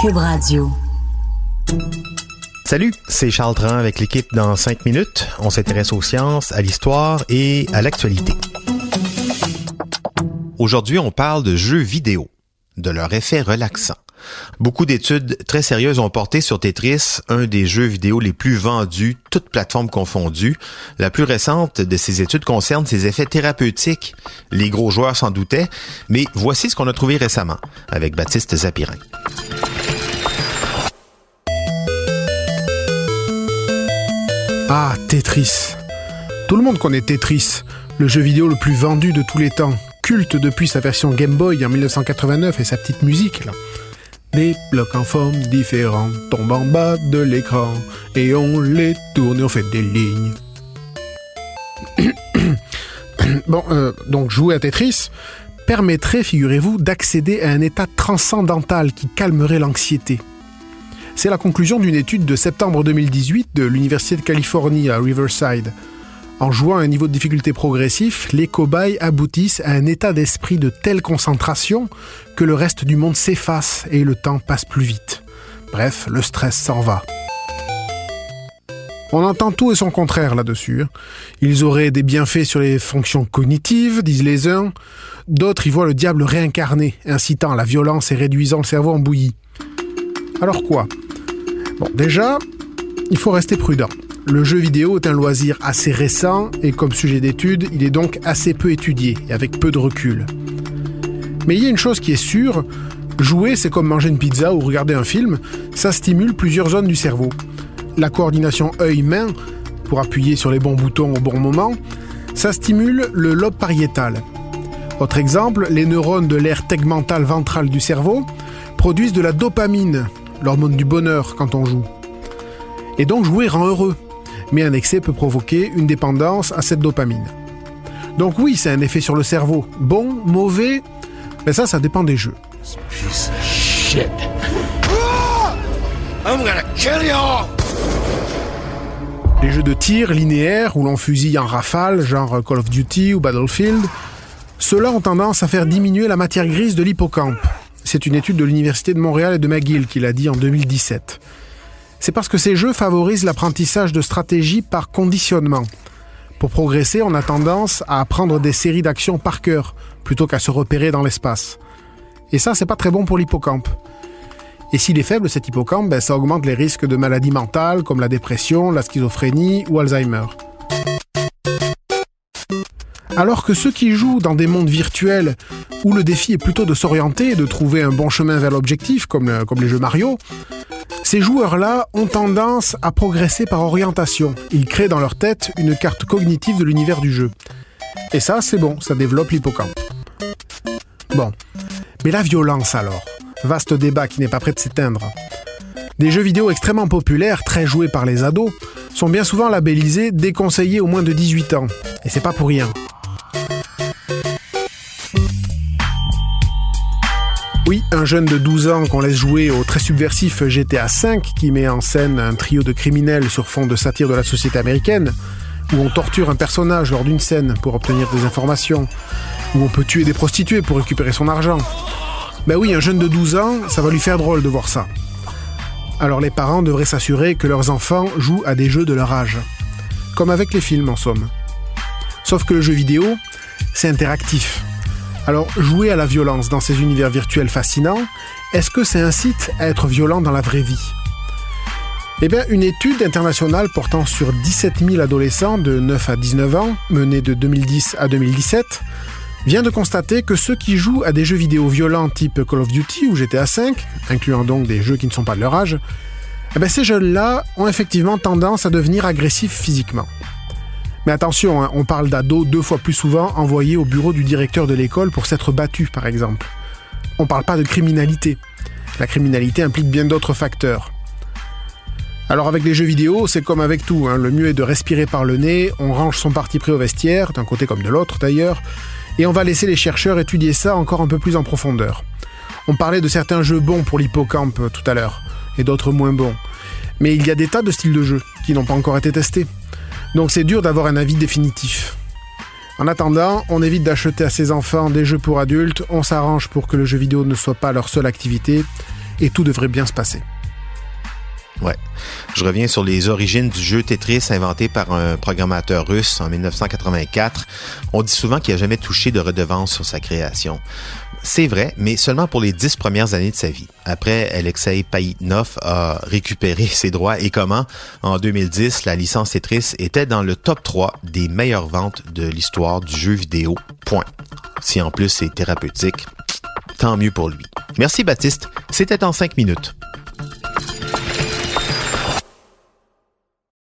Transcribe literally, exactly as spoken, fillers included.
Cube Radio. Salut, c'est Charles Tran avec l'équipe dans cinq minutes. On s'intéresse aux sciences, à l'histoire et à l'actualité. Aujourd'hui, on parle de jeux vidéo, de leur effet relaxant. Beaucoup d'études très sérieuses ont porté sur Tetris, un des jeux vidéo les plus vendus, toutes plateformes confondues. La plus récente de ces études concerne ses effets thérapeutiques. Les gros joueurs s'en doutaient, mais voici ce qu'on a trouvé récemment avec Baptiste Zapirin. Ah, Tetris. Tout le monde connaît Tetris, le jeu vidéo le plus vendu de tous les temps, culte depuis sa version Game Boy en dix-neuf cent quatre-vingt-neuf et sa petite musique, là. Des blocs en forme différents tombent en bas de l'écran et on les tourne et on fait des lignes. Bon, euh, donc jouer à Tetris permettrait, figurez-vous, d'accéder à un état transcendantal qui calmerait l'anxiété. C'est la conclusion d'une étude de septembre deux mille dix-huit de l'Université de Californie à Riverside. En jouant à un niveau de difficulté progressif, les cobayes aboutissent à un état d'esprit de telle concentration que le reste du monde s'efface et le temps passe plus vite. Bref, le stress s'en va. On entend tout et son contraire là-dessus. Ils auraient des bienfaits sur les fonctions cognitives, disent les uns. D'autres y voient le diable réincarné, incitant à la violence et réduisant le cerveau en bouillie. Alors quoi ? Bon, déjà, il faut rester prudent. Le jeu vidéo est un loisir assez récent et comme sujet d'étude, il est donc assez peu étudié et avec peu de recul. Mais il y a une chose qui est sûre, jouer c'est comme manger une pizza ou regarder un film, ça stimule plusieurs zones du cerveau. La coordination œil-main, pour appuyer sur les bons boutons au bon moment, ça stimule le lobe pariétal. Autre exemple, les neurones de l'aire tegmentale ventrale du cerveau produisent de la dopamine, l'hormone du bonheur quand on joue. Et donc jouer rend heureux. Mais un excès peut provoquer une dépendance à cette dopamine. Donc oui, c'est un effet sur le cerveau. Bon, mauvais, ben ça, ça dépend des jeux. Piece of shit. I'm gonna kill you! Les jeux de tir linéaires où l'on fusille en rafale, genre Call of Duty ou Battlefield, ceux-là ont tendance à faire diminuer la matière grise de l'hippocampe. C'est une étude de l'Université de Montréal et de McGill qui l'a dit en deux mille dix-sept. C'est parce que ces jeux favorisent l'apprentissage de stratégie par conditionnement. Pour progresser, on a tendance à apprendre des séries d'actions par cœur, plutôt qu'à se repérer dans l'espace. Et ça, c'est pas très bon pour l'hippocampe. Et s'il est faible, cet hippocampe, ben, ça augmente les risques de maladies mentales, comme la dépression, la schizophrénie ou Alzheimer. Alors que ceux qui jouent dans des mondes virtuels, où le défi est plutôt de s'orienter et de trouver un bon chemin vers l'objectif, comme, le, comme les jeux Mario, ces joueurs-là ont tendance à progresser par orientation. Ils créent dans leur tête une carte cognitive de l'univers du jeu. Et ça, c'est bon, ça développe l'hippocampe. Bon, mais la violence alors ? Vaste débat qui n'est pas prêt de s'éteindre. Des jeux vidéo extrêmement populaires, très joués par les ados, sont bien souvent labellisés déconseillés aux moins de dix-huit ans. Et c'est pas pour rien. Oui, un jeune de douze ans qu'on laisse jouer au très subversif G T A cinq qui met en scène un trio de criminels sur fond de satire de la société américaine, où on torture un personnage lors d'une scène pour obtenir des informations, où on peut tuer des prostituées pour récupérer son argent. Ben oui, un jeune de douze ans, ça va lui faire drôle de voir ça. Alors les parents devraient s'assurer que leurs enfants jouent à des jeux de leur âge. Comme avec les films en somme. Sauf que le jeu vidéo, c'est interactif. Alors, jouer à la violence dans ces univers virtuels fascinants, est-ce que ça incite à être violent dans la vraie vie ? Eh bien, une étude internationale portant sur dix-sept mille adolescents de neuf à dix-neuf ans, menée de deux mille dix à deux mille dix-sept, vient de constater que ceux qui jouent à des jeux vidéo violents type Call of Duty ou G T A cinq, incluant donc des jeux qui ne sont pas de leur âge, eh bien, ces jeunes-là ont effectivement tendance à devenir agressifs physiquement. Mais attention, hein, on parle d'ados deux fois plus souvent envoyés au bureau du directeur de l'école pour s'être battus, par exemple. On parle pas de criminalité. La criminalité implique bien d'autres facteurs. Alors avec les jeux vidéo, c'est comme avec tout, hein, le mieux est de respirer par le nez, on range son parti pris au vestiaire, d'un côté comme de l'autre d'ailleurs, et on va laisser les chercheurs étudier ça encore un peu plus en profondeur. On parlait de certains jeux bons pour l'hippocampe tout à l'heure, et d'autres moins bons. Mais il y a des tas de styles de jeux qui n'ont pas encore été testés. Donc c'est dur d'avoir un avis définitif. En attendant, on évite d'acheter à ses enfants des jeux pour adultes, on s'arrange pour que le jeu vidéo ne soit pas leur seule activité, et tout devrait bien se passer. Ouais. Je reviens sur les origines du jeu Tetris inventé par un programmateur russe en dix-neuf cent quatre-vingt-quatre. On dit souvent qu'il n'a jamais touché de redevance sur sa création. C'est vrai, mais seulement pour les dix premières années de sa vie. Après, Alexei Pajitnov a récupéré ses droits et comment, en deux mille dix, la licence Tetris était dans le top trois des meilleures ventes de l'histoire du jeu vidéo. Point. Si en plus c'est thérapeutique, tant mieux pour lui. Merci Baptiste, c'était en cinq minutes.